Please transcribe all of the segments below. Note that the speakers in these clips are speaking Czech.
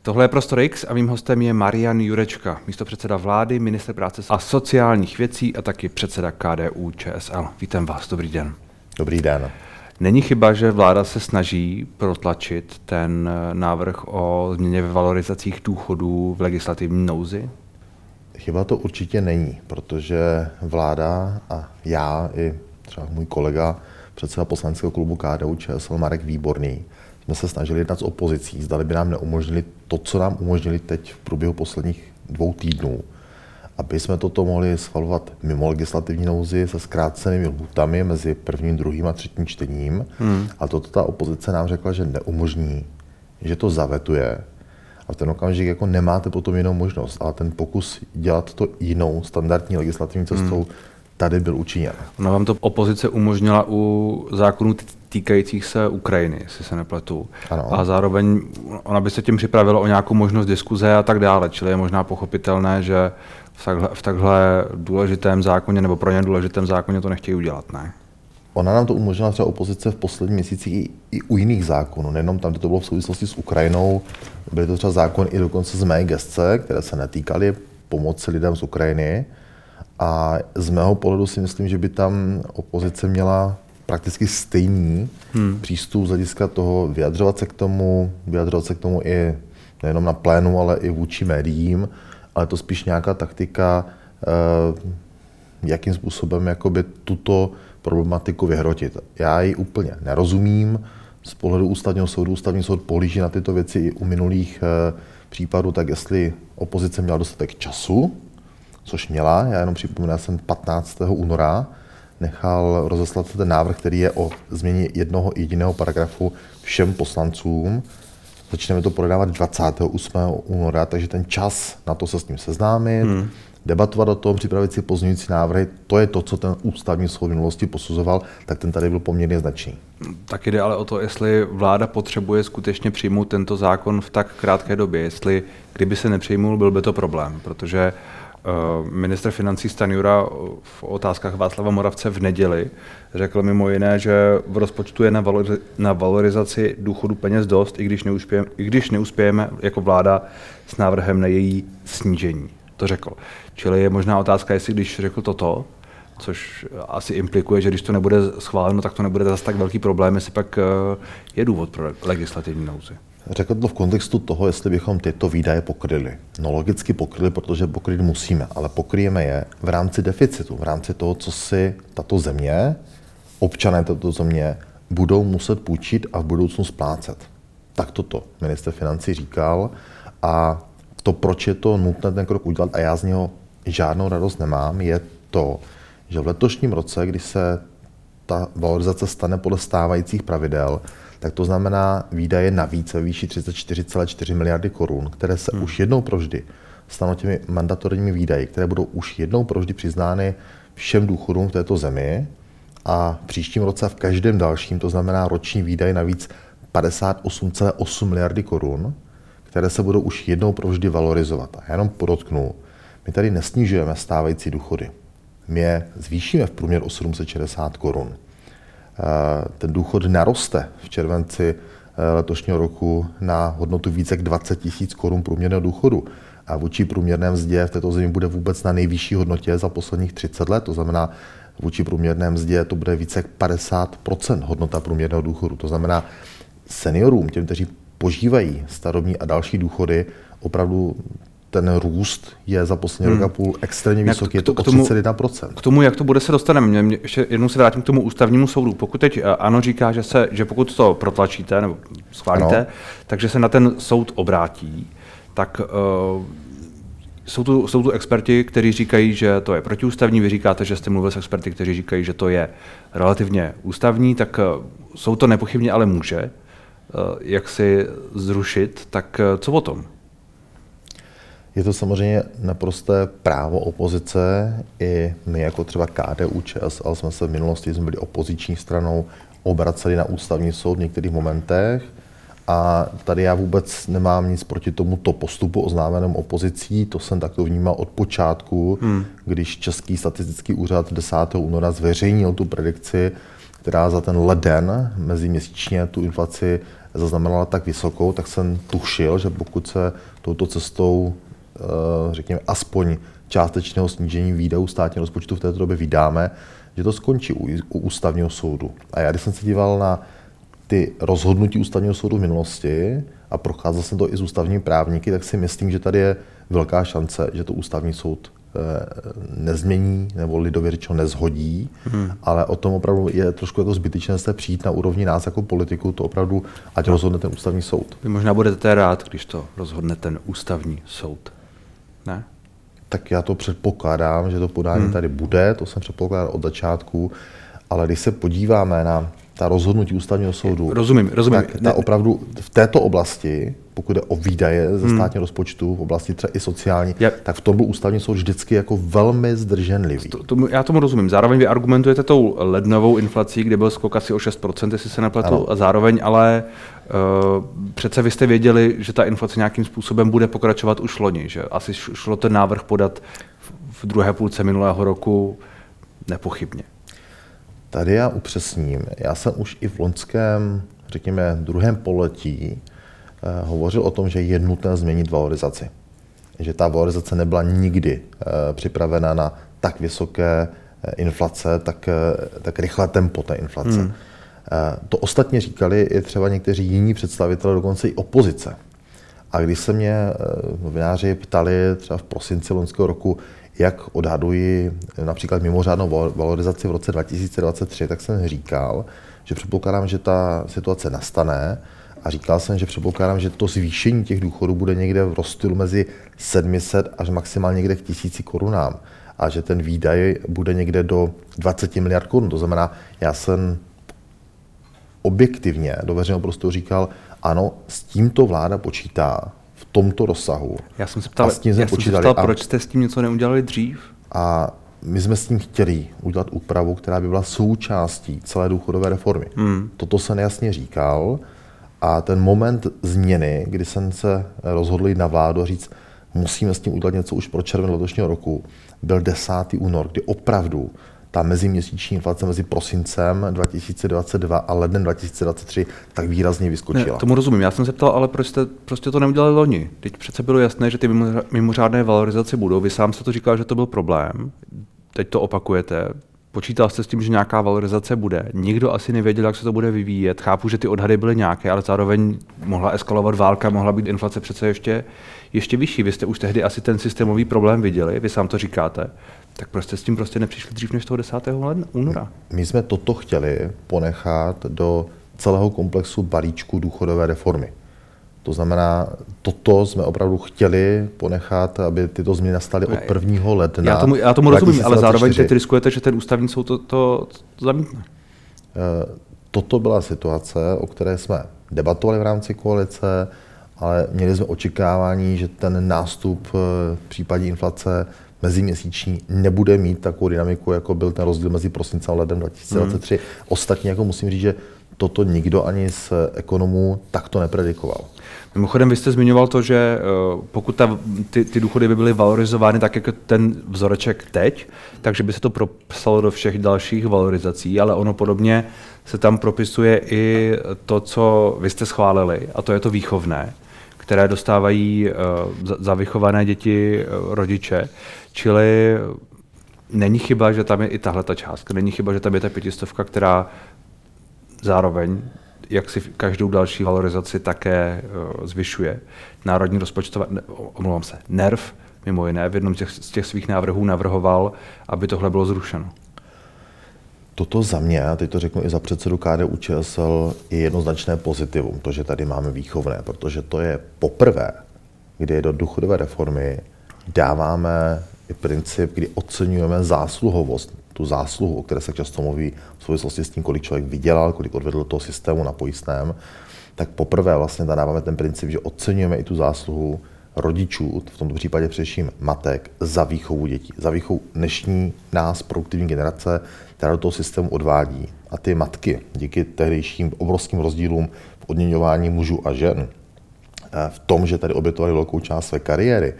Tohle je Prostor X a mým hostem je Marian Jurečka, místopředseda vlády, ministr práce a sociálních věcí a taky předseda KDU-ČSL. Vítám vás, dobrý den. Dobrý den. Není chyba, že vláda se snaží protlačit ten návrh o změně ve valorizacích důchodů v legislativní nouzi? Chyba to určitě není, protože vláda a já i třeba můj kolega, předseda poslaneckého klubu KDU-ČSL Marek Výborný, jsme se snažili jednat s opozicí, zdali by nám neumožnili to, co nám umožnili teď v průběhu posledních 2 týdnů, aby jsme toto mohli schvalovat mimo legislativní nouzi se zkrácenými lhůtami mezi prvním, druhým a třetím čtením. A toto ta opozice nám řekla, že neumožní, že to zavetuje. A v ten okamžik jako nemáte potom jinou možnost, ale ten pokus dělat to jinou standardní legislativní cestou tady byl učiněn. Ona vám to opozice umožnila u zákonů týkajících se Ukrajiny, jestli se nepletu. Ano. A zároveň ona by se tím připravila o nějakou možnost diskuze a tak dále. Čili je možná pochopitelné, že v takhle důležitém zákoně nebo pro ně důležitém zákoně to nechtějí udělat, ne? Ona nám to umožnila třeba opozice v posledních měsících i u jiných zákonů, nejenom tam, kde to bylo v souvislosti s Ukrajinou. Byly to třeba zákony i dokonce z mé gesce, které se netýkaly pomoci lidem z Ukrajiny. A z mého pohledu si myslím, že by tam opozice měla prakticky stejný přístup z hlediska toho vyjadřovat se k tomu i nejenom na plénu, ale i vůči médiím, ale to spíš nějaká taktika, jakým způsobem jakoby tuto problematiku vyhrotit. Já ji úplně nerozumím. Z pohledu ústavního soudu, ústavní soud pohlíží na tyto věci i u minulých případů, tak jestli opozice měla dostatek času, což měla, já jenom připomínám, jsem 15. února nechal rozeslat ten návrh, který je o změně jednoho jediného paragrafu všem poslancům. Začneme to projednávat 28. února, takže ten čas na to se s tím seznámit, debatovat o tom, připravit si pozměňující návrhy, to je to, co ten ústavní soud v minulosti posuzoval, tak ten tady byl poměrně značný. Tak jde ale o to, jestli vláda potřebuje skutečně přijmout tento zákon v tak krátké době, jestli kdyby se nepřijmul, byl by to problém, protože ministr financí Stanjura v otázkách Václava Moravce v neděli řekl mimo jiné, že v rozpočtu je na valorizaci důchodu peněz dost, i když neuspějeme jako vláda s návrhem na její snížení. To řekl. Čili je možná otázka, jestli když řekl toto, což asi implikuje, že když to nebude schváleno, tak to nebude zase tak velký problém, jestli pak je důvod pro legislativní nouzi. Řekl to v kontextu toho, jestli bychom tyto výdaje pokryli. No logicky pokryli, protože pokryt musíme, ale pokryjeme je v rámci deficitu, v rámci toho, co si tato země, občané této země, budou muset půjčit a v budoucnu splácet. Tak toto ministr financí říkal a to, proč je to nutné ten krok udělat a já z něho žádnou radost nemám, je to, že v letošním roce, když se ta valorizace stane podle stávajících pravidel, tak to znamená výdaje navíc ve výši 34,4 miliardy korun, které se už jednou provždy stanou těmi mandatorními výdaji, které budou už jednou provždy přiznány všem důchodům v této zemi a v příštím roce a v každém dalším, to znamená roční výdaje navíc 58,8 miliardy korun, které se budou už jednou provždy valorizovat. A jenom podotknu, my tady nesnižujeme stávající důchody. My je zvýšíme v průměru o 760 korun. Ten důchod naroste v červenci letošního roku na hodnotu více jak 20 000 korun průměrného důchodu. A vůči průměrné mzdě v této zemi bude vůbec na nejvyšší hodnotě za posledních 30 let. To znamená, vůči průměrné mzdě to bude více jak 50% hodnota průměrného důchodu. To znamená, seniorům, těm, kteří požívají starobní a další důchody, opravdu ten růst je za poslední rok a půl extrémně vysoký, je to o 31%. K tomu, jak to bude, se dostaneme. Ještě jednou se vrátím k tomu ústavnímu soudu. Pokud teď ANO říká, že pokud to protlačíte nebo schválíte, takže se na ten soud obrátí, tak jsou tu experti, kteří říkají, že to je protiústavní. Vy říkáte, že jste mluvil s experty, kteří říkají, že to je relativně ústavní, tak soud to nepochybně ale může jak si zrušit, tak co o tom? Je to samozřejmě naprosté právo opozice. I my jako třeba KDU-ČSL jsme se v minulosti, jsme byli opoziční stranou, obraceli na ústavní soud v některých momentech. A tady já vůbec nemám nic proti tomuto postupu oznámeném opozicí. To jsem takto vnímal od počátku, když Český statistický úřad 10. února zveřejnil tu predikci, která za ten leden meziměsíčně tu inflaci zaznamenala tak vysokou, tak jsem tušil, že pokud se touto cestou, řekněme, aspoň částečného snížení výdajů státního rozpočtu v této době vydáme, že to skončí u ústavního soudu. A já, když jsem se díval na ty rozhodnutí ústavního soudu v minulosti a procházel jsem to i s ústavními právníky, tak si myslím, že tady je velká šance, že to ústavní soud nezmění nebo lidově řečeno nezhodí, ale o tom opravdu je trošku jako zbytečné se přijít na úrovni nás jako politiku, to opravdu, ať rozhodne ten ústavní soud. Vy možná budete rád, když to rozhodne ten ústavní soud, ne? Tak já to předpokládám, že to podání tady bude, to jsem předpokládal od začátku, ale když se podíváme na ta rozhodnutí ústavního soudu, rozumím. tak ta opravdu v této oblasti, pokud jde o výdaje ze státního rozpočtu, v oblasti třeba i sociální, tak v tom byl ústavní soud vždycky jako velmi zdrženlivý. Já tomu rozumím. Zároveň vy argumentujete tou lednovou inflací, kde byl skok asi o 6%, jestli se nepletu, a zároveň ale přece vy jste věděli, že ta inflace nějakým způsobem bude pokračovat už loni, že asi šlo ten návrh podat v druhé půlce minulého roku nepochybně. Tady já upřesním. Já jsem už i v loňském, řekněme, druhém pololetí hovořil o tom, že je nutné změnit valorizaci. Že ta valorizace nebyla nikdy připravena na tak vysoké inflace, tak rychlé tempo té inflace. To ostatně říkali i třeba někteří jiní představitelé, dokonce i opozice. A když se mě novináři ptali třeba v prosinci loňského roku, jak odhaduji například mimořádnou valorizaci v roce 2023, tak jsem říkal, že předpokládám, že ta situace nastane a říkal jsem, že předpokládám, že to zvýšení těch důchodů bude někde v rozstylu mezi 700 až maximálně někde k 1000 korunám a že ten výdaj bude někde do 20 miliard korun. To znamená, já jsem objektivně do veřejného prostoru říkal, ano, s tímto vláda počítá v tomto rozsahu. Já jsem se ptal, proč jste s tím něco neudělali dřív? A my jsme s tím chtěli udělat úpravu, která by byla součástí celé důchodové reformy. Toto jsem jasně říkal a ten moment změny, kdy jsem se rozhodl jít na vládu a říct, musíme s tím udělat něco už pro červen letošního roku, byl 10. únor, kdy opravdu ta meziměsíční inflace mezi prosincem 2022 a lednem 2023 tak výrazně vyskočila. Ne, tomu rozumím. Já jsem se ptal, ale proč jste prostě to neudělali loni? Teď přece bylo jasné, že ty mimořádné valorizace budou. Vy sám jste to říkal, že to byl problém. Teď to opakujete. Počítal jste s tím, že nějaká valorizace bude. Nikdo asi nevěděl, jak se to bude vyvíjet. Chápu, že ty odhady byly nějaké, ale zároveň mohla eskalovat válka, mohla být inflace přece ještě vyšší. Vy jste už tehdy asi ten systémový problém viděli, vy sám to říkáte. Tak prostě s tím prostě nepřišli dřív než toho 10. února. My jsme toto chtěli ponechat do celého komplexu balíčku důchodové reformy. To znamená, toto jsme opravdu chtěli ponechat, aby tyto změny nastaly od 1. ledna. Já tomu rozumím, ale zároveň teď riskujete, že ten ústavní soud to zamítne. Toto byla situace, o které jsme debatovali v rámci koalice, ale měli jsme očekávání, že ten nástup v případě inflace meziměsíční nebude mít takovou dynamiku, jako byl ten rozdíl mezi prosincem a lednem 2023. Ostatně, jako musím říct, že toto nikdo ani z ekonomů takto nepredikoval. Mimochodem, vy jste zmiňoval to, že pokud ty důchody by byly valorizovány tak, jako ten vzoreček teď, takže by se to propsalo do všech dalších valorizací, ale ono podobně se tam propisuje i to, co vy jste schválili, a to je to výchovné, které dostávají za vychované děti rodiče. Čili není chyba, že tam je i tahle ta částka, není chyba, že tam je ta 500, která zároveň, jak si každou další valorizaci také zvyšuje. Národní rozpočtová, NERV, mimo jiné, v jednom z těch svých návrhů navrhoval, aby tohle bylo zrušeno. Toto za mě, a teď to řeknu i za předsedu KDU-ČSL, je jednoznačné pozitivum, to, že tady máme výchovné, protože to je poprvé, kdy do důchodové reformy dáváme i princip, kdy oceňujeme zásluhovost, tu zásluhu, o které se často mluví v souvislosti s tím, kolik člověk vydělal, kolik odvedl do toho systému na pojistném, tak poprvé vlastně dáváme ten princip, že oceňujeme i tu zásluhu rodičů, v tomto případě především matek, za výchovu dětí, za výchovu dnešní nás, produktivní generace, která do toho systému odvádí. A ty matky, díky tehdejším obrovským rozdílům v odměňování mužů a žen, v tom, že tady obětovali velkou část své kariéry.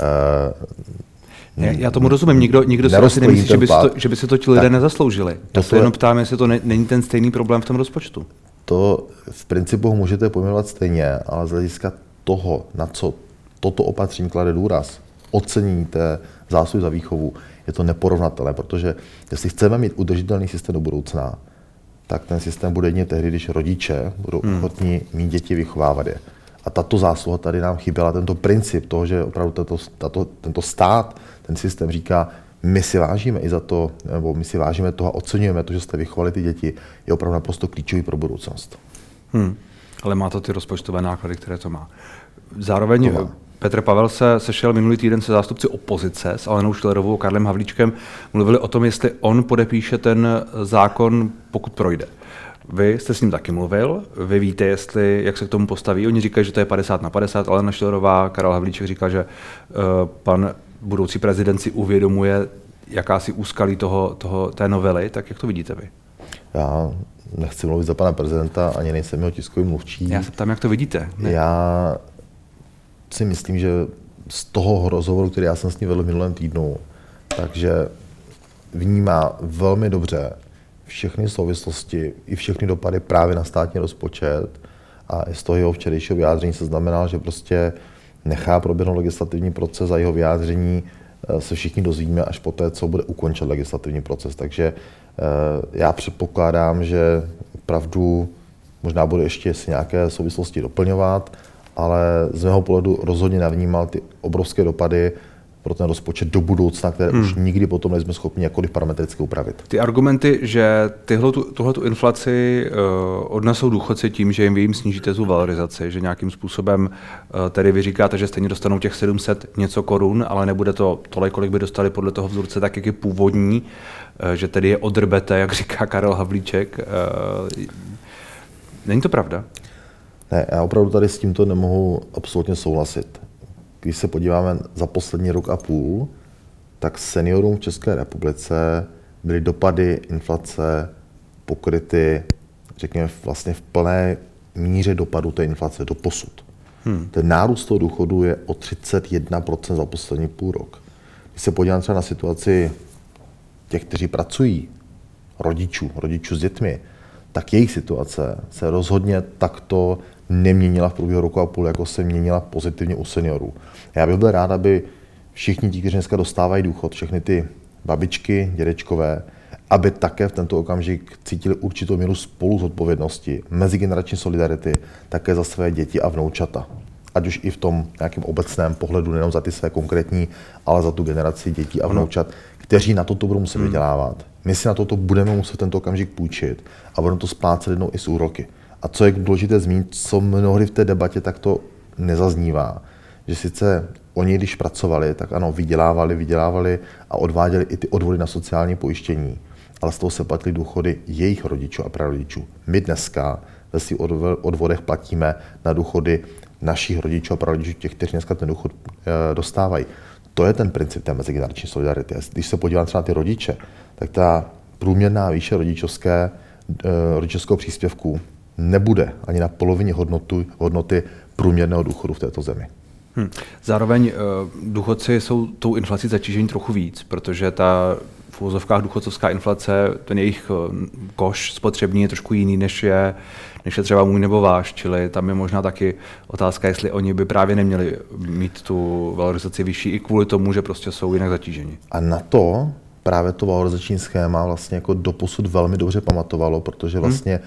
Já tomu rozumím, nikdo si asi nemyslí, že by se to ti lidé nezasloužili. Já se jenom ptám, jestli to není ten stejný problém v tom rozpočtu. To v principu můžete pojmenovat stejně, ale z hlediska toho, na co toto opatření klade důraz, ocenění té zásluhy za výchovu, je to neporovnatelné, protože jestli chceme mít udržitelný systém do budoucna, tak ten systém bude jedině tehdy, když rodiče budou ochotní mít děti, vychovávat je. A tato zásluha tady nám chyběla, tento princip toho, že opravdu tento stát, ten systém říká, my si vážíme i za to, nebo my si vážíme toho a oceňujeme to, že jste vychovali ty děti, je opravdu naprosto klíčový pro budoucnost. Ale má to ty rozpočtové náklady, které to má. Zároveň Petr Pavel se sešel minulý týden se zástupci opozice s Alenou Schillerovou a Karlem Havlíčkem. Mluvili o tom, jestli on podepíše ten zákon, pokud projde. Vy jste s ním taky mluvil, vy víte, jak se k tomu postaví. Oni říkají, že to je 50/50, Alena Schillerová, Karel Havlíček říká, že pan budoucí prezident si uvědomuje jakási úskalí té novely. Tak jak to vidíte vy? Já nechci mluvit za pana prezidenta, ani nejsem jeho tiskový mluvčí. Já se ptám, jak to vidíte. Ne? Já si myslím, že z toho rozhovoru, který já jsem s ním vedl v minulém týdnu, takže vnímá velmi dobře všechny souvislosti i všechny dopady právě na státní rozpočet a z toho jeho včerejšího vyjádření se znamenal, že prostě nechá proběhnout legislativní proces a jeho vyjádření se všichni dozvíme až poté, co bude ukončen legislativní proces. Takže já předpokládám, že opravdu možná bude ještě si nějaké souvislosti doplňovat, ale z mého pohledu rozhodně navnímal ty obrovské dopady pro ten rozpočet do budoucna, které už nikdy potom nejsme schopni jakkoliv parametricky upravit. Ty argumenty, že tuhletu inflaci odnesou důchodci tím, že jim snížíte tu valorizaci, že nějakým způsobem tedy vy říkáte, že stejně dostanou těch 700 něco korun, ale nebude to tolik, kolik by dostali podle toho vzorce, tak jak je původní, že tedy je odrbete, jak říká Karel Havlíček. Není to pravda? Ne, já opravdu tady s tímto nemohu absolutně souhlasit. Když se podíváme za poslední rok a půl, tak seniorům v České republice byly dopady inflace pokryty, řekněme, vlastně v plné míře dopadu té inflace do posud. Ten nárůst toho důchodu je o 31% za poslední půl rok. Když se podíváme třeba na situaci těch, kteří pracují, rodičů s dětmi, tak jejich situace se rozhodně takto neměnila v průběhu roku a půl, jako se měnila pozitivně u seniorů. Já bych byl rád, aby všichni ti, kteří dneska dostávají důchod, všechny ty babičky, dědečkové, aby také v tento okamžik cítili určitou míru spoluzodpovědnosti, mezigenerační solidarity, také za své děti a vnoučata. Ať už i v tom nějakém obecném pohledu, nejenom za ty své konkrétní, ale za tu generaci dětí a vnoučat, kteří na toto budou muset vydělávat. My si na toto budeme muset tento okamžik půjčit a budeme to splácet jednou i s úroky. A co je důležité zmínit, co mnohdy v té debatě takto nezaznívá, že sice oni, když pracovali, tak ano, vydělávali a odváděli i ty odvody na sociální pojištění, ale z toho se platily důchody jejich rodičů a prarodičů. My dneska ve svých odvodech platíme na důchody našich rodičů a prarodičů, těch, kteří dneska ten důchod dostávají. To je ten princip té mezigenerační solidarity. Když se podívám třeba na ty rodiče, tak ta průměrná výše rodičovského příspěvku nebude ani na polovině hodnoty průměrného důchodu v této zemi. Zároveň důchodci jsou tou inflací zatížení trochu víc, protože ta v uvozovkách důchodcovská inflace, ten jejich koš spotřební je trošku jiný, než je třeba můj nebo váš, čili tam je možná taky otázka, jestli oni by právě neměli mít tu valorizaci vyšší i kvůli tomu, že prostě jsou jinak zatíženi. A na to právě to valorizační schéma vlastně jako doposud velmi dobře pamatovalo, protože vlastně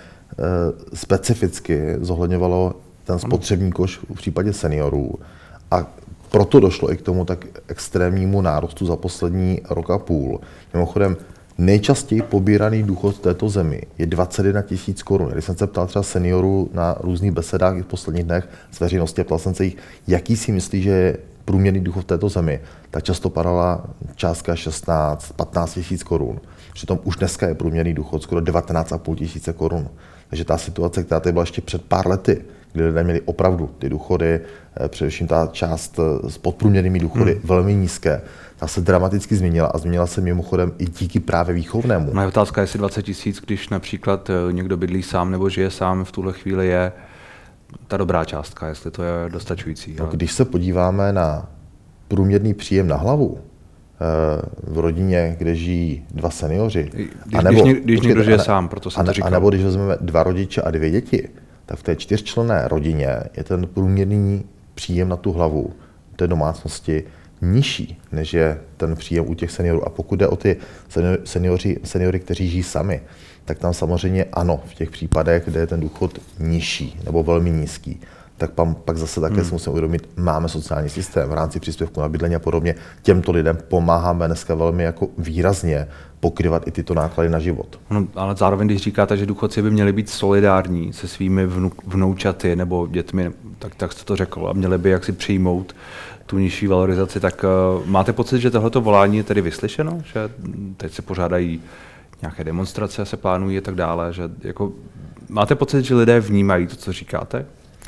specificky zohledňovalo ten spotřební koš v případě seniorů. A proto došlo i k tomu tak extrémnímu nárůstu za poslední rok a půl. Mimochodem, nejčastěji pobíraný důchod v této zemi je 21 000 korun. Když jsem se ptal třeba seniorů na různých besedách i v posledních dnech z veřejnosti a ptal jsem se jich, jaký si myslí, že je průměrný důchod v této zemi, tak často padala částka 16-15 000 korun. Přitom už dneska je průměrný důchod skoro 19 500 korun. Takže ta situace, která tady byla ještě před pár lety, kdy lidé měli opravdu ty důchody, především ta část s podprůměrnými důchody velmi nízké, ta se dramaticky změnila a změnila se mimochodem i díky právě výchovnému. Moje otázka je, jestli 20 000, když například někdo bydlí sám nebo žije sám, v tuhle chvíli je ta dobrá částka, jestli to je dostačující. No, když se podíváme na průměrný příjem na hlavu v rodině, kde žijí 2 seniori, když někdo žije sám, proto jsem to říkal. A nebo když vezmeme 2 rodiče a 2 děti, tak v té 4členné rodině je ten průměrný příjem na tu hlavu té domácnosti nižší, než je ten příjem u těch seniorů. A pokud jde o ty seniory, kteří žijí sami, tak tam samozřejmě ano, v těch případech, kde je ten důchod nižší nebo velmi nízký, tak pak zase také si musíme uvědomit, máme sociální systém v rámci příspěvku na bydlení a podobně. Těmto lidem pomáháme dneska velmi jako výrazně pokryvat i tyto náklady na život. No, ale zároveň, když říkáte, že důchodci by měli být solidární se svými vnoučaty nebo dětmi, tak jste to řekl, a měli by jaksi přijmout tu nižší valorizaci, tak máte pocit, že tohleto volání je tedy vyslyšeno? Že teď se pořádají nějaké demonstrace, se plánují a tak dále? Že jako, máte pocit, že lidé vnímají to, co říkáte?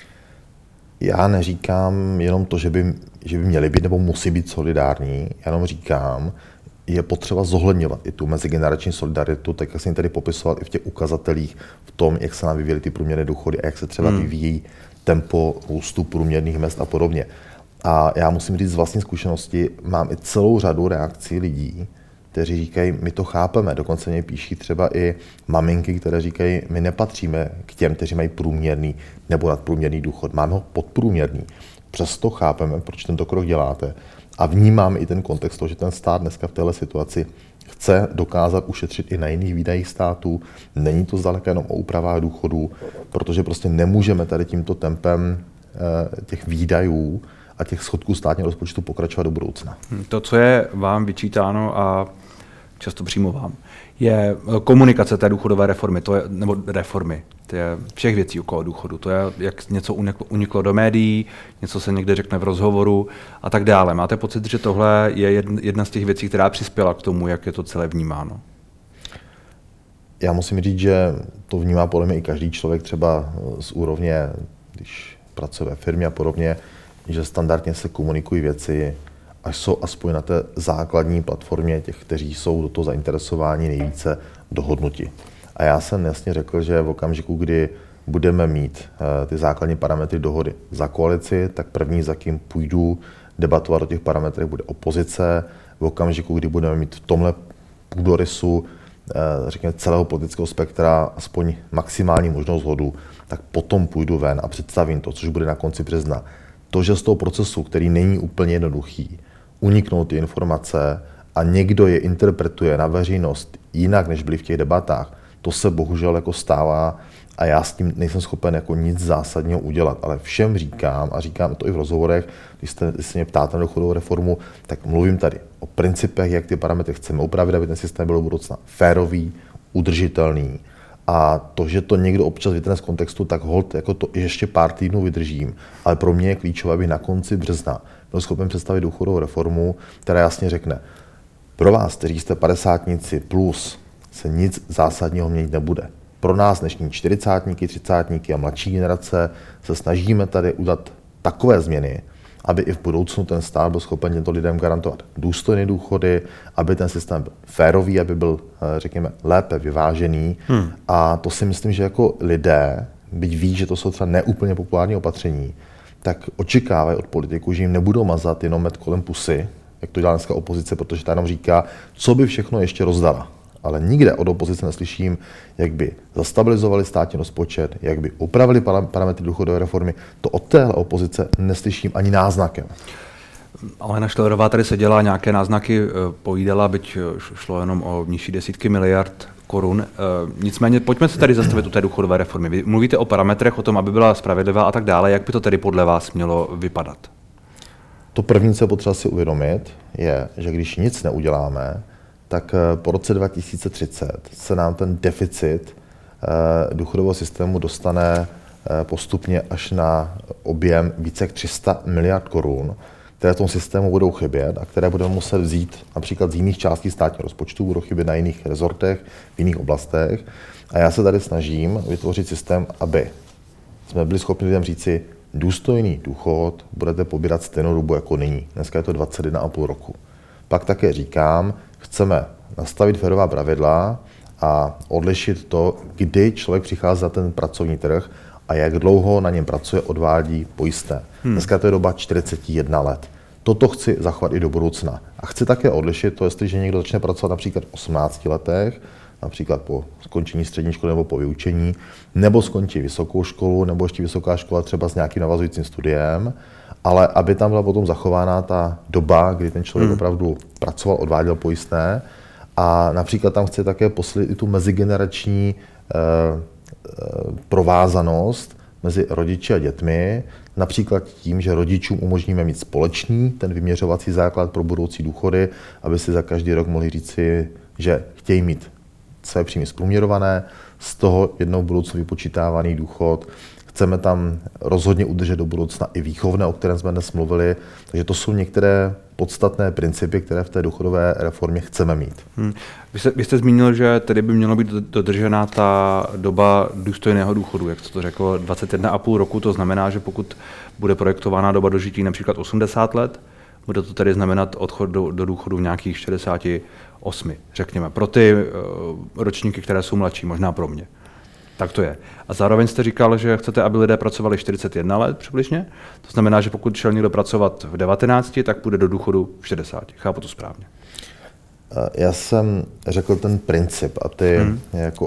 Já neříkám jenom to, že by měli být nebo musí být solidární, já jenom říkám, je potřeba zohledňovat i tu mezigenerační solidaritu, tak jak jsem tady popisoval i v těch ukazatelích, v tom, jak se nám vyvíjely ty průměrné důchody a jak se třeba vyvíjí tempo růstu průměrných mezd a podobně. A já musím říct z vlastní zkušenosti, mám i celou řadu reakcí lidí, kteří říkají, my to chápeme, dokonce mě píší třeba i maminky, které říkají, my nepatříme k těm, kteří mají průměrný nebo nadprůměrný důchod, máme ho podprůměrný. Přesto chápeme, proč tento krok děláte a vnímáme i ten kontext toho, že ten stát dneska v téhle situaci chce dokázat ušetřit i na jiných výdajích států. Není to zdaleka jenom o úpravách důchodů, protože prostě nemůžeme tady tímto tempem těch výdajů a těch schodků státního rozpočtu pokračovat do budoucna. To, co je vám vyčítáno a často přímo vám, je komunikace té důchodové reformy, nebo reformy, to je všech věcí okolo důchodu. To je, jak něco uniklo do médií, něco se někde řekne v rozhovoru a tak dále. Máte pocit, že tohle je jedna z těch věcí, která přispěla k tomu, jak je to celé vnímáno? Já musím říct, že to vnímá podle mě i každý člověk třeba z úrovně, když pracuje ve firmě a podobně, že standardně se komunikují věci, až jsou aspoň na té základní platformě těch, kteří jsou do toho zainteresováni nejvíce dohodnuti. A já jsem jasně řekl, že v okamžiku, kdy budeme mít ty základní parametry dohody za koalici, tak první, za kým půjdu debatovat o těch parametrech, bude opozice. V okamžiku, kdy budeme mít v tomhle půdorysu řekněme, celého politického spektra aspoň maximální možnou shodu, tak potom půjdu ven a představím to, což bude na konci března. To, že z toho procesu, který není úplně jednoduchý, uniknou ty informace a někdo je interpretuje na veřejnost jinak, než byli v těch debatách, to se bohužel jako stává a já s tím nejsem schopen jako nic zásadního udělat. Ale všem říkám, a říkám to i v rozhovorech, když se mě ptáte na důchodovou reformu, tak mluvím tady o principech, jak ty parametry chceme upravit, aby ten systém byl do budoucna férový, udržitelný. A to, že to někdo občas vytrhne z kontextu, tak holt jako to ještě pár týdnů vydržím. Ale pro mě je klíčové, aby na konci března byl schopen představit důchodovou reformu, která jasně řekne, pro vás, kteří jste 50níci plus, se nic zásadního měnit nebude. Pro nás dnešní 40níky, 30níky a mladší generace se snažíme tady udělat takové změny, aby i v budoucnu ten stát byl schopen těmto lidem garantovat důstojné důchody, aby ten systém byl férový, aby byl, řekněme, lépe vyvážený. A to si myslím, že jako lidé, byť ví, že to jsou třeba neúplně populární opatření, tak očekávají od politiků, že jim nebudou mazat jenom med kolem pusy, jak to dělá dneska opozice, protože ta jenom říká, co by všechno ještě rozdala. Ale nikde od opozice neslyším, jak by zastabilizovali státní rozpočet, jak by upravili parametry důchodové reformy. To od téhle opozice neslyším ani náznakem. Alena Schillerová tady seděla, nějaké náznaky povídala, byť šlo jenom o nižší desítky miliard korun. Nicméně pojďme se tady zastavit u té důchodové reformy. Vy mluvíte o parametrech, o tom, aby byla spravedlivá a tak dále. Jak by to tedy podle vás mělo vypadat? To první, co je potřeba si uvědomit, je, že když nic neuděláme, tak po roce 2030 se nám ten deficit důchodového systému dostane postupně až na objem více jak 300 miliard korun, které v tom systému budou chybět a které budeme muset vzít například z jiných částí státního rozpočtu, budou chybět na jiných rezortech, v jiných oblastech. A já se tady snažím vytvořit systém, aby jsme byli schopni lidem říci, důstojný důchod budete pobírat stejnou dobu jako nyní. Dneska je to 21,5 roku. Pak také říkám, chceme nastavit férová pravidla a odlišit to, kdy člověk přichází na ten pracovní trh a jak dlouho na něm pracuje, odvádí pojistné. Dneska to je doba 41 let. Toto chci zachovat i do budoucna. A chci také odlišit to, jestliže někdo začne pracovat například v 18 letech, například po skončení střední školy nebo po vyučení, nebo skončí vysokou školu, nebo ještě vysoká škola třeba s nějakým navazujícím studiem, ale aby tam byla potom zachována ta doba, kdy ten člověk opravdu pracoval, odváděl pojistné, a například tam chci také posílit i tu mezigenerační provázanost mezi rodiči a dětmi, například tím, že rodičům umožníme mít společný ten vyměřovací základ pro budoucí důchody, aby si za každý rok mohli říci, že chtějí mít své příjmy zprůměrované, z toho jednou budoucnu vypočítávaný důchod. Chceme tam rozhodně udržet do budoucna i výchovné, o kterém jsme dnes mluvili. Takže to jsou některé podstatné principy, které v té důchodové reformě chceme mít. Vy jste zmínil, že tedy by mělo být dodržena ta doba důstojného důchodu, jak jste to řekl, 21,5 roku. To znamená, že pokud bude projektována doba dožití například 80 let, bude to tedy znamenat odchod do důchodu v nějakých 68, řekněme, pro ty ročníky, které jsou mladší, možná pro mě. Tak to je. A zároveň jste říkal, že chcete, aby lidé pracovali 41 let přibližně. To znamená, že pokud šel někdo pracovat v 19, tak půjde do důchodu v 60. Chápu to správně. Já jsem řekl ten princip a ty jako...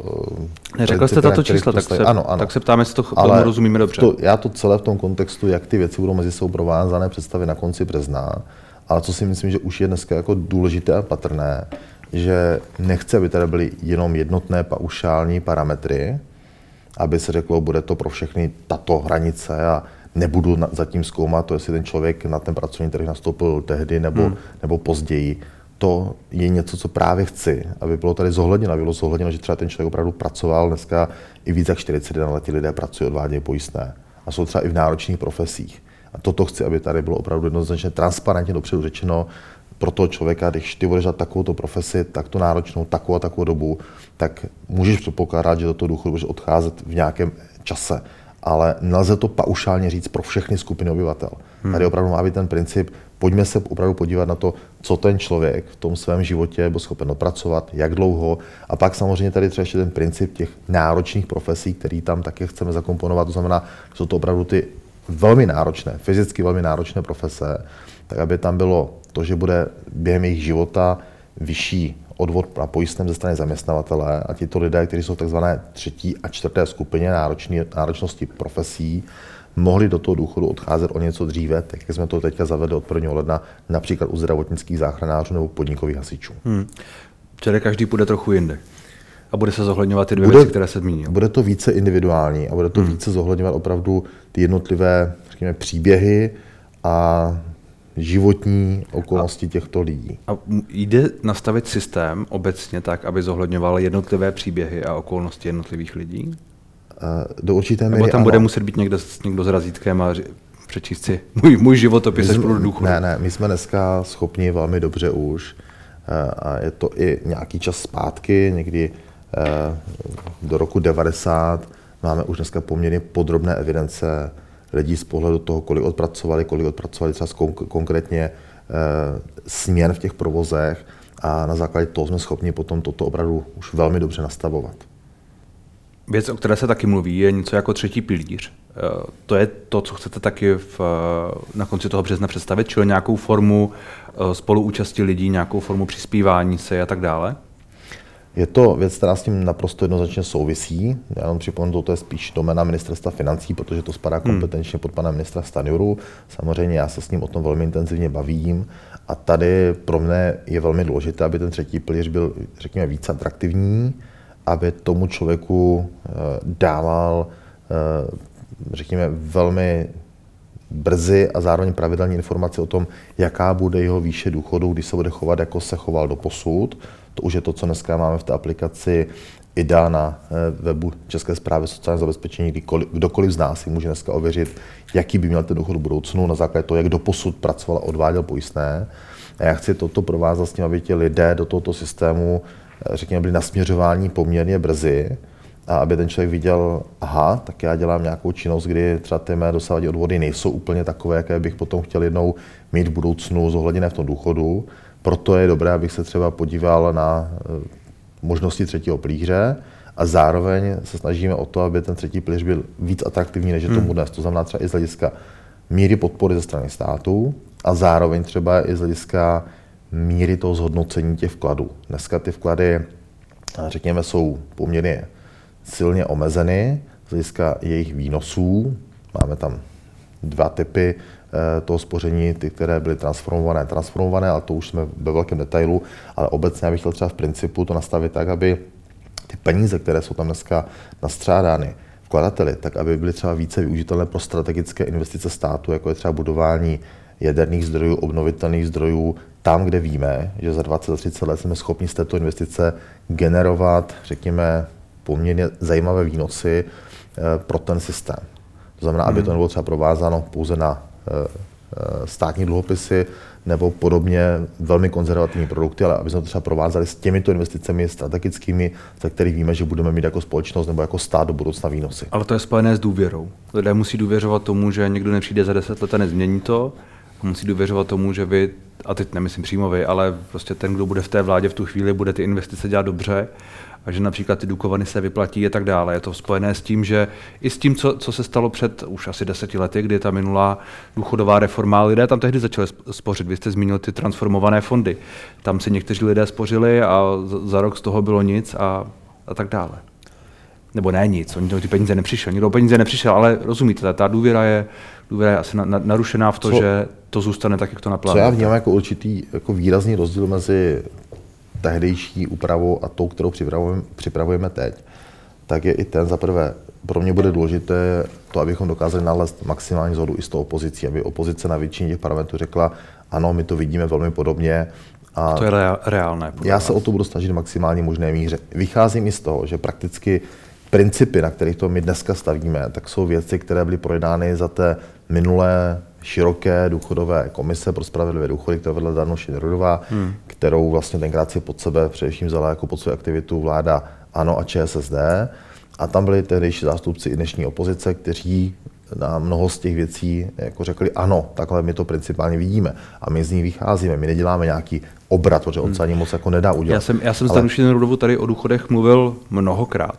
Neřekl jste tato čísla, tak se ptáme, jestli to tomu rozumíme dobře. Já to celé v tom kontextu, jak ty věci budou mezi sebou provázané, představit na konci března, ale co si myslím, že už je dneska jako důležité a patrné, že nechce, aby tady byly jenom jednotné paušální parametry, aby se řeklo, bude to pro všechny tato hranice a nebudu zatím zkoumat to, jestli ten člověk na ten pracovní trh nastoupil tehdy nebo později. To je něco, co právě chci, aby bylo tady zohledněno. Bylo zohledněno, že třeba ten člověk opravdu pracoval, dneska i víc jak 41 let lidé pracují, odvádějí pojistné. A jsou třeba i v náročných profesích. A toto chci, aby tady bylo opravdu jednoznačně transparentně dopředu řečeno, pro toho člověka, když ty budeš dělat takovouto profesi, takto náročnou, takovou a takovou dobu, tak můžeš předpokládat, že do toho důchodu budeš odcházet v nějakém čase. Ale nelze to paušálně říct pro všechny skupiny obyvatel. Tady opravdu má být ten princip, pojďme se opravdu podívat na to, co ten člověk v tom svém životě byl schopen odpracovat, jak dlouho. A pak samozřejmě tady třeba ještě ten princip těch náročných profesí, který tam také chceme zakomponovat. To znamená, že jsou to opravdu ty velmi náročné, fyzicky velmi náročné profese, tak aby tam bylo to, že bude během jejich života vyšší odvod na pojistném ze strany zaměstnavatele a tito lidé, kteří jsou v takzvané 3. a 4. skupině náročnosti profesí, mohli do toho důchodu odcházet o něco dříve, tak jak jsme to teďka zavedli od 1. ledna, například u zdravotnických záchranářů nebo podnikových hasičů. Čili každý půjde trochu jinde. A bude se zohledňovat ty dvě věci, které se zmínil. Bude to více individuální a bude to více zohledňovat opravdu ty jednotlivé, řekněme, příběhy a životní okolnosti těchto lidí. A jde nastavit systém obecně tak, aby zohledňoval jednotlivé příběhy a okolnosti jednotlivých lidí? Do určité míry nebo tam bude muset být někdo s razítkem a přečíst si můj životopis až do důchodu? Ne, my jsme dneska schopni velmi dobře už, a je to i nějaký čas zpátky, někdy do roku 90, máme už dneska poměrně podrobné evidence lidí z pohledu toho, kolik odpracovali třeba konkrétně směn v těch provozech a na základě toho jsme schopni potom toto opravdu už velmi dobře nastavovat. Věc, o které se taky mluví, je něco jako 3. pilíř. To je to, co chcete taky na konci toho března představit, čili nějakou formu spoluúčasti lidí, nějakou formu přispívání se a tak dále? Je to věc, která s tím naprosto jednoznačně souvisí. Já jenom připomenu, to je spíš doména ministerstva financí, protože to spadá kompetenčně pod pana ministra Stanjuru. Samozřejmě já se s ním o tom velmi intenzivně bavím a tady pro mě je velmi důležité, aby ten 3. pilíř byl, řekněme, víc atraktivní, aby tomu člověku dával, řekněme, velmi brzy a zároveň pravidelné informace o tom, jaká bude jeho výše důchodu, když se bude chovat, jako se choval doposud. To už je to, co dneska máme v té aplikaci IDA na webu České správy sociálního zabezpečení, kdy kdokoliv z nás si může dneska ověřit, jaký by měl ten důchod v budoucnu na základě toho, jak doposud pracoval a odváděl pojistné. A já chci toto provázat s tím, aby ti lidé do tohoto systému, řekněme, byli nasměřováni poměrně brzy a aby ten člověk viděl, aha, tak já dělám nějakou činnost, kdy třeba ty mé dosavadní odvody nejsou úplně takové, jaké bych potom chtěl jednou mít v budoucnu zohledněné v tom důchodu. Proto je dobré, abych se třeba podíval na možnosti 3. pilíře a zároveň se snažíme o to, aby ten 3. pilíř byl víc atraktivní, než je tomu dnes. To znamená třeba i z hlediska míry podpory ze strany státu a zároveň třeba i z hlediska míry toho zhodnocení těch vkladů. Dneska ty vklady, řekněme, jsou poměrně silně omezeny z hlediska jejich výnosů. Máme tam dva typy toho spoření, ty, které byly transformované, ale to už jsme ve velkém detailu, ale obecně bych chtěl třeba v principu to nastavit tak, aby ty peníze, které jsou tam dneska nastřádány vkladateli, tak aby byly třeba více využitelné pro strategické investice státu, jako je třeba budování jaderných zdrojů, obnovitelných zdrojů, tam, kde víme, že za 20-30 let jsme schopni z této investice generovat, řekněme, poměrně zajímavé výnosy pro ten systém. To znamená, aby to nebylo třeba provázáno pouze na státní dluhopisy nebo podobně velmi konzervativní produkty, ale aby jsme to třeba provázali s těmito investicemi strategickými, za kterých víme, že budeme mít jako společnost nebo jako stát do budoucna výnosy. Ale to je spojené s důvěrou. Lidé musí důvěřovat tomu, že někdo nepřijde za 10 let a nezmění to. Musí důvěřovat tomu, že vy, a teď nemyslím přímo vy, ale prostě ten, kdo bude v té vládě v tu chvíli, bude ty investice dělat dobře a že například ty Dukovany se vyplatí a tak dále. Je to spojené s tím, že i s tím, co se stalo před už asi 10 lety, kdy ta minulá důchodová reforma, lidé tam tehdy začali spořit. Vy jste zmínil ty transformované fondy. Tam si někteří lidé spořili a za rok z toho bylo nic a tak dále. Nebo ne nic, oni ty peníze nepřišel, nikdo peníze nepřišel, ale rozumíte, ta důvěra je asi narušená v to, že to zůstane tak, jak to naplánuje. Co já vnímám jako určitý jako výrazný rozdíl mezi tehdejší úpravou a tou, kterou připravujeme teď, tak je i ten, za prvé, pro mě bude důležité to, abychom dokázali nalézt maximální shodu i s tou opozicí, aby opozice na většině těch parametrů řekla, ano, my to vidíme velmi podobně. A to je reálné. Já se o to budu snažit maximálně možné míře. Vycházím i z toho, že prakticky principy, na kterých to my dneska stavíme, tak jsou věci, které byly projednány za té minulé široké důchodové komise pro spravedlivé důchody, kterou vedla Danuše Nerudová, kterou vlastně tenkrát si pod sebe především vzala jako pod svou aktivitu vláda ANO a ČSSD. A tam byli tehdejší zástupci i dnešní opozice, kteří na mnoho z těch věcí jako řekli ano, takhle my to principálně vidíme a my z ní vycházíme, my neděláme nějaký obrat, protože on se ani moc jako nedá udělat. Já jsem s Danuší Nerudovou tady o důchodech mluvil mnohokrát.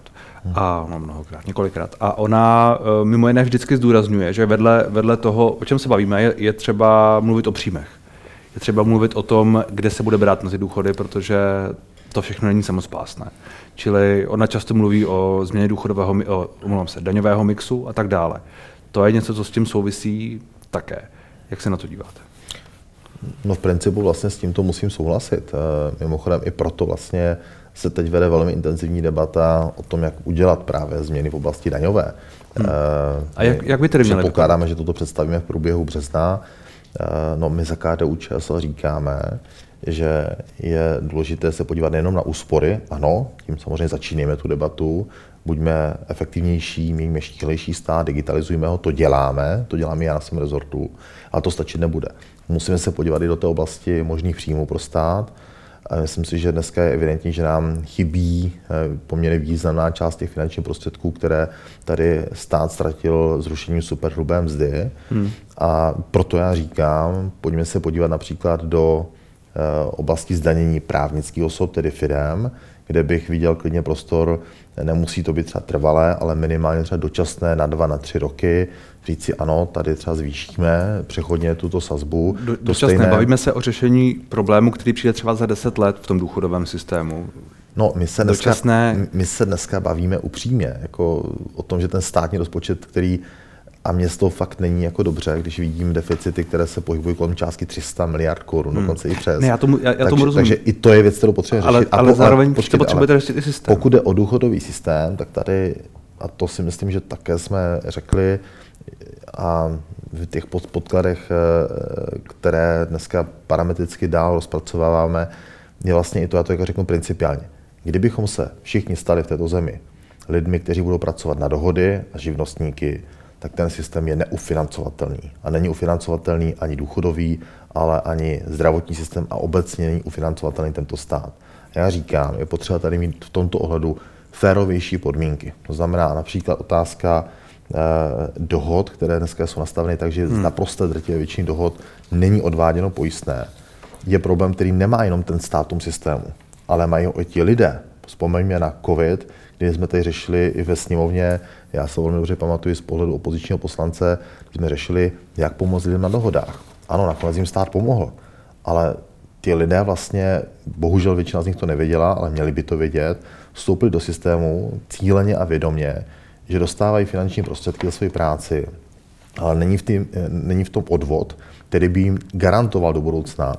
Několikrát. A ona mimo jiné vždycky zdůrazňuje, že vedle toho, o čem se bavíme, je třeba mluvit o příjmech. Je třeba mluvit o tom, kde se bude brát na ty důchody, protože to všechno není samospásné. Čili ona často mluví o změně daňového mixu a tak dále. To je něco, co s tím souvisí také. Jak se na to díváte? No v principu vlastně s tímto musím souhlasit. Mimochodem i proto vlastně se teď vede velmi intenzivní debata o tom, jak udělat právě změny v oblasti daňové. A jak by tedy měli? Předpokládáme, že toto představíme v průběhu března. No my za KDU-ČSL říkáme, že je důležité se podívat nejenom na úspory, ano, tím samozřejmě začínáme tu debatu, buďme efektivnější, mějme štíhlejší stát, digitalizujme ho, to děláme já na svém rezortu, ale to stačit nebude. Musíme se podívat i do té oblasti možných příjmů pro stát. Myslím si, že dneska je evidentní, že nám chybí poměrně významná část těch finančních prostředků, které tady stát ztratil zrušením superhrubé mzdy. A proto já říkám, pojďme se podívat například do oblasti zdanění právnických osob, tedy firem, kde bych viděl klidně prostor, nemusí to být třeba trvalé, ale minimálně třeba dočasné na 2, na 3 roky, říct si ano, tady třeba zvýšíme přechodně tuto sazbu. Dočasné, bavíme se o řešení problému, který přijde třeba za 10 let v tom důchodovém systému. No, my se dneska bavíme upřímně, jako o tom, že ten státní rozpočet, který a mně z toho fakt není jako dobře, když vidím deficity, které se pohybují kolem částky 300 miliard korun, dokonce i přes. Ne, já tomu rozumím. Takže i to je věc, kterou potřebujeme řešit. Ale zároveň potřebujete řešit i systém. Pokud jde o důchodový systém, tak tady, a to si myslím, že také jsme řekli, a v těch podkladech, které dneska parametricky dál rozpracováváme, je vlastně i to, já to jako řeknu principiálně. Kdybychom se všichni stali v této zemi lidmi, kteří budou pracovat na dohody a živnostníky, tak ten systém je neufinancovatelný. A není ufinancovatelný ani důchodový, ale ani zdravotní systém a obecně není ufinancovatelný tento stát. Já říkám, je potřeba tady mít v tomto ohledu férovější podmínky. To znamená například otázka dohod, které dneska jsou nastaveny, takže z naprosté drtivé většiny dohod není odváděno pojistné. Je problém, který nemá jenom ten stát v tom systému, ale mají ho i ti lidé. Vzpomeňme na COVID, kdy jsme tady řešili i ve sněmovně, já se velmi dobře pamatuju z pohledu opozičního poslance, kdy jsme řešili, jak pomoct lidem na dohodách. Ano, nakonec jim stát pomohl, ale ty lidé vlastně, bohužel většina z nich to nevěděla, ale měli by to vědět, vstoupili do systému cíleně a vědomě, že dostávají finanční prostředky za svoji práci, ale není v tom odvod, který by jim garantoval do budoucna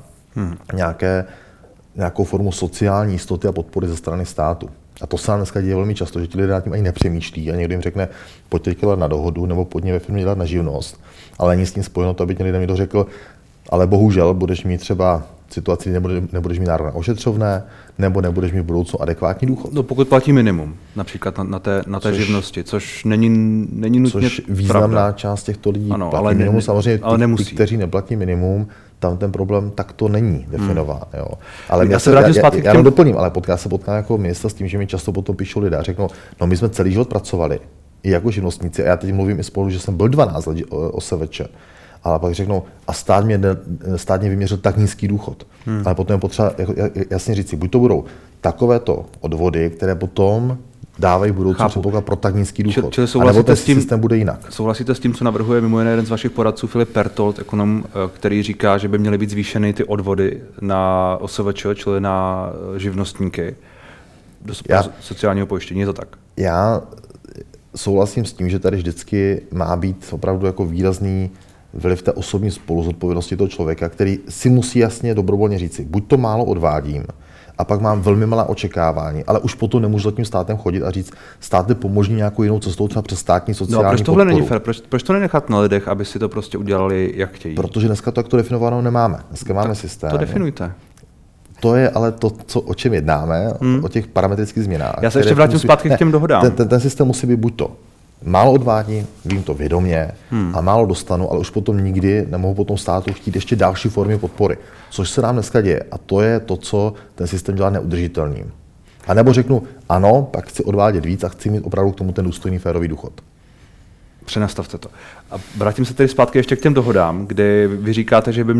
nějakou formu sociální jistoty a podpory ze strany státu. A to se nám dneska děje velmi často, že ti lidé nad tím ani nepřemýšlí a někdo jim řekne, pojďte dělat na dohodu nebo pojďme ve firmě dělat na živnost, ale není s tím spojeno to, aby těm lidem někdo řekl, ale bohužel budeš mít třeba situaci, nebudeš mít nárok na ošetřovné, nebo nebudeš mít v budoucnu adekvátní důchod. No pokud platí minimum, například na té živnosti, což není nutně což významná část těchto lidí ano, platí ale minimum, samozřejmě ale nemusí. Ty, kteří neplatí minimum, tam ten problém takto není definován. Jo. Ale já doplním, ale já se potkám jako ministr s tím, že mi často potom píšou lidé a řeknou, no my jsme celý život pracovali, i jako živnostníci, a já teď mluvím i spolu, že jsem byl 12 let OSVČ, ale pak řeknou, a stát mě vyměřil tak nízký důchod. Ale potom je potřeba jasně říct si, buď to budou takovéto odvody, které potom dávají budoucí předpoklad pro tak nízký důchod. Nebo ten systém bude jinak. Souhlasíte s tím, co navrhuje mimo jiné jeden z vašich poradců, Filip Pertold, ekonom, který říká, že by měly být zvýšeny ty odvody na OSVČ, čili na živnostníky do sociálního pojištění, je to tak? Já souhlasím s tím, že tady vždycky má být opravdu jako výrazný vliv té osobní spoluzodpovědnosti toho člověka, který si musí jasně dobrovolně říci, buď to málo odvádím, a pak mám velmi malá očekávání, ale už potom nemůžu za tím státem chodit a říct, státe pomožní nějakou jinou cestou, třeba přes státní sociální podporu. Proč tohle není fér? Proč to nenechat na lidech, aby si to prostě udělali, jak chtějí? Protože dneska to definováno nemáme. Dneska máme systém. To definujte. To je ale to, o čem jednáme, o těch parametrických změnách. Já se ještě vrátím zpátky k těm dohodám. Ten systém musí být buď to málo odvádím, vím to vědomě a málo dostanu, ale už potom nikdy nemohu potom státu chtít ještě další formy podpory. Což se nám dneska děje. A to je to, co ten systém dělá neudržitelným. A nebo řeknu, ano, pak chci odvádět víc a chci mít opravdu k tomu ten důstojný férový důchod. Přenastavte to. A vrátím se tedy zpátky ještě k těm dohodám, kdy vy říkáte, že by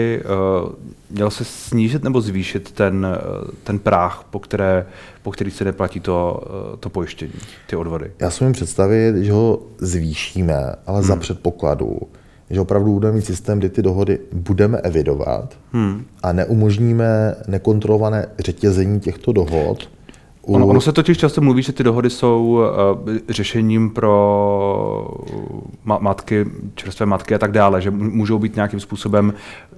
měl se snížit nebo zvýšit ten práh, po který se neplatí to pojištění, ty odvody. Já si můžu představit, že ho zvýšíme, ale za předpokladu, že opravdu budeme mít systém, kde ty dohody budeme evidovat a neumožníme nekontrolované řetězení těchto dohod. Ono se totiž často mluví, že ty dohody jsou řešením pro matky, čerstvé matky a tak dále, že můžou být nějakým způsobem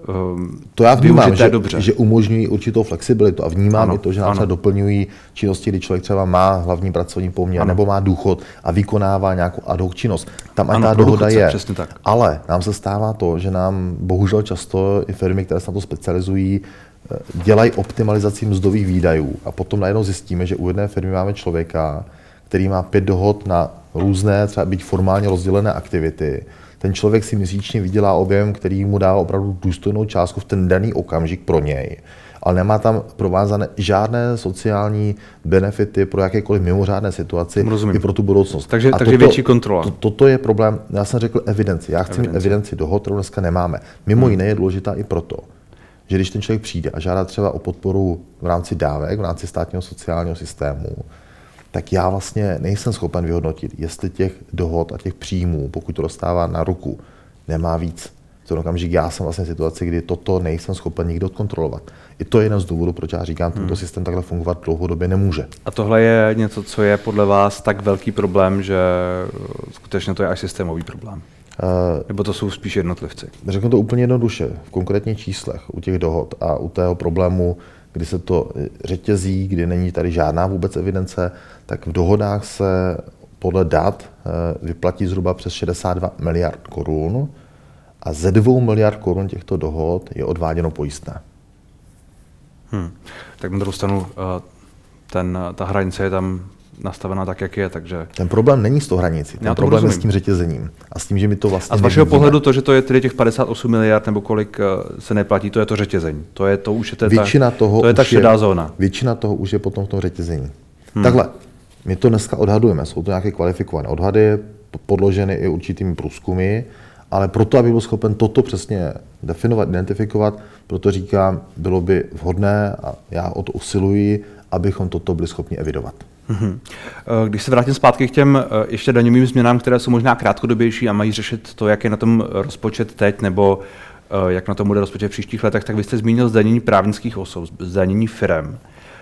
to já vnímám, že umožňují určitou flexibilitu a vnímám i to, že nám třeba doplňují činnosti, kdy člověk třeba má hlavní pracovní poměr nebo má důchod a vykonává nějakou ad hoc činnost. Tam ani ta dohoda je. Ale nám se stává to, že nám bohužel často i firmy, které se na to specializují, dělají optimalizaci mzdových výdajů a potom najednou zjistíme, že u jedné firmy máme člověka, který má 5 dohod na různé, třeba být formálně rozdělené aktivity. Ten člověk si měsíčně vydělá objem, který mu dává opravdu důstojnou částku v ten daný okamžik pro něj, ale nemá tam provázané žádné sociální benefity pro jakékoliv mimořádné situaci i pro tu budoucnost. Takže větší kontrola. Toto je problém, já jsem řekl evidenci. Já chci mít evidenci dohod, kterou dneska nemáme. Mimo jiné je důležitá i proto, že když ten člověk přijde a žádá třeba o podporu v rámci dávek, v rámci státního sociálního systému, tak já vlastně nejsem schopen vyhodnotit, jestli těch dohod a těch příjmů, pokud to dostává na ruku, nemá víc. V ten okamžik já jsem vlastně v situaci, kdy toto nejsem schopen nikdo kontrolovat. I to je jeden z důvodů, proč já říkám, tento systém takhle fungovat dlouhodobě nemůže. A tohle je něco, co je podle vás tak velký problém, že skutečně to je až systémový problém? Nebo to jsou spíš jednotlivci? Řeknu to úplně jednoduše, v konkrétních číslech u těch dohod a u tého problému, kdy se to řetězí, kdy není tady žádná vůbec evidence, tak v dohodách se podle dat vyplatí zhruba přes 62 miliard korun a ze 2 miliard korun těchto dohod je odváděno pojistné. Tak na druhou stranu ta hranice je tam nastavená tak, jak je, takže... Ten problém není s tou hranicí, ten problém je s tím řetězením a s tím, že mi to vlastně... A z vašeho pohledu to, že to je tedy těch 58 miliard nebo kolik se neplatí, to je to řetězení. To už je ta šedá zóna. Většina toho už je potom v tom řetězení. Takhle, my to dneska odhadujeme, jsou to nějaké kvalifikované odhady, podloženy i určitými průzkumy, ale proto, aby byl schopen toto přesně definovat, identifikovat, proto říkám, bylo by vhodné a já o to usiluji, abychom toto byli schopni evidovat. Když se vrátím zpátky k těm ještě daňovým změnám, které jsou možná krátkodobější a mají řešit to, jak je na tom rozpočet teď, nebo jak na to bude rozpočet v příštích letech, tak vy jste zmínil zdanění právnických osob, zdanění firem.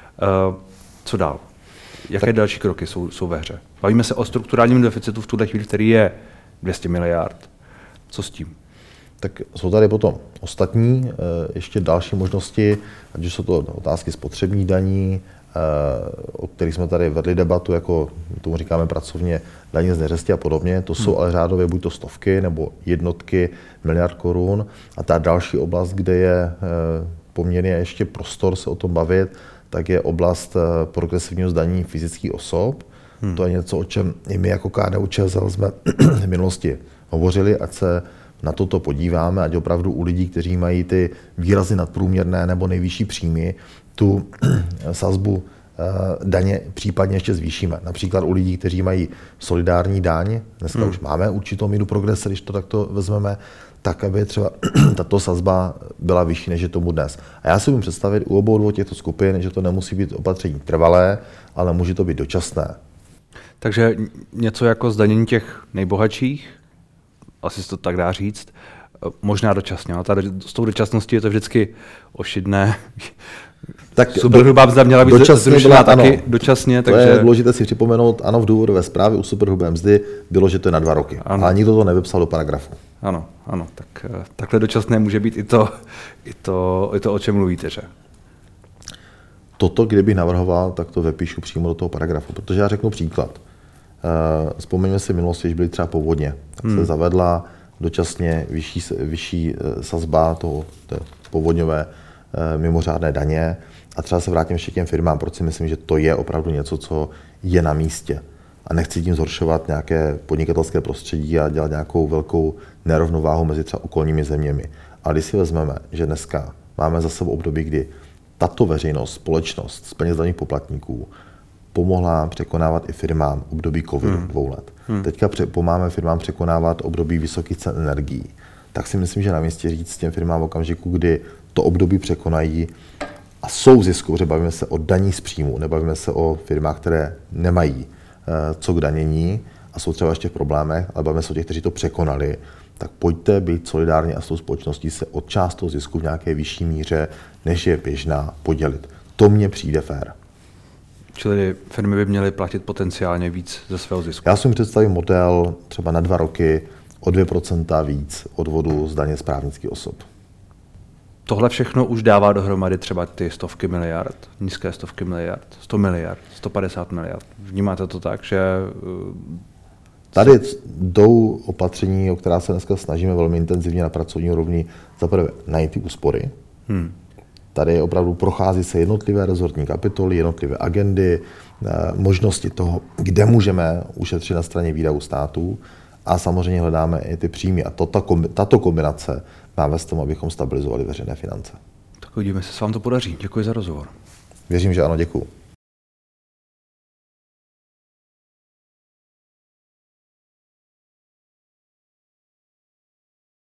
Co dál? Jaké další kroky jsou ve hře? Bavíme se o strukturálním deficitu v tuhle chvíli, který je 200 miliard. Co s tím? Tak jsou tady potom ostatní ještě další možnosti, ať už jsou to otázky spotřební daní, o kterých jsme tady vedli debatu, jako tomu říkáme pracovně daně z neřesti a podobně. To jsou ale řádově buď to stovky nebo jednotky miliard korun. A ta další oblast, kde je poměrně ještě prostor se o tom bavit, tak je oblast progresivního zdanění fyzických osob. To je něco, o čem i my jako KDU-ČSL jsme v minulosti hovořili, ať se na toto podíváme, ať opravdu u lidí, kteří mají ty výrazně nadprůměrné nebo nejvyšší příjmy, tu sazbu daně případně ještě zvýšíme. Například u lidí, kteří mají solidární daň, dneska už máme určitou míru progrese, když to takto vezmeme, tak aby třeba tato sazba byla vyšší, než je tomu dnes. A já si můžu představit u obou těchto skupin, že to nemusí být opatření trvalé, ale může to být dočasné. Takže něco jako zdanění těch nejbohatších, asi se to tak dá říct, možná dočasně. Ale s tou dočasností je to vždycky ošidné. Tak superhrubá mzda měla být zrušená taky dočasně. To je důležité si připomenout, ano, v důvodové zprávě u superhrubé mzdy bylo, že to je na 2 roky. Ano. Ale nikdo to nevypsal do paragrafu. Ano, tak takhle dočasné může být i to, o čem mluvíte, že? Toto, kdybych navrhoval, tak to vypíšu přímo do toho paragrafu, protože já řeknu příklad. Vzpomeňme si minulosti, když byly třeba povodně, tak se zavedla dočasně vyšší sazba toho povodňové mimořádné daně a třeba se vrátím ještě k těm firmám, proč si myslím, že to je opravdu něco, co je na místě. A nechci tím zhoršovat nějaké podnikatelské prostředí a dělat nějakou velkou nerovnováhu mezi třeba okolními zeměmi. Ale když si vezmeme, že dneska máme za sebou období, kdy tato veřejnost, společnost z peněz daňových poplatníků pomohla překonávat i firmám období covidu 2 let. Teďka pomáháme firmám překonávat období vysokých cen energií. Tak si myslím, že na místě říct těm firmám v okamžiku, kdy to období překonají a jsou ziskoví, bavíme se o daní z příjmu, nebavíme se o firmách, které nemají co k danění a jsou třeba ještě v problémech, ale bavíme se o těch, kteří to překonali, tak pojďte být solidární a s tou společností se od část toho zisku v nějaké vyšší míře, než je běžná, podělit. To mně přijde fér. Čili firmy by měly platit potenciálně víc ze svého zisku. Já si představím model třeba na 2 roky o 2% víc odvodu z daně z právnických osob. Tohle všechno už dává dohromady třeba ty stovky miliard, nízké stovky miliard, 100 miliard, 150 miliard. Vnímáte to tak, že... Tady jdou opatření, o která se dneska snažíme velmi intenzivně na pracovní úrovni, zaprvé najít ty úspory. Tady opravdu prochází se jednotlivé rezortní kapitoly, jednotlivé agendy, možnosti toho, kde můžeme ušetřit na straně výdajů států a samozřejmě hledáme i ty příjmy. A tato kombinace má vést tomu, abychom stabilizovali veřejné finance. Tak uvidíme, jestli se vám to podaří. Děkuji za rozhovor. Věřím, že ano, děkuji.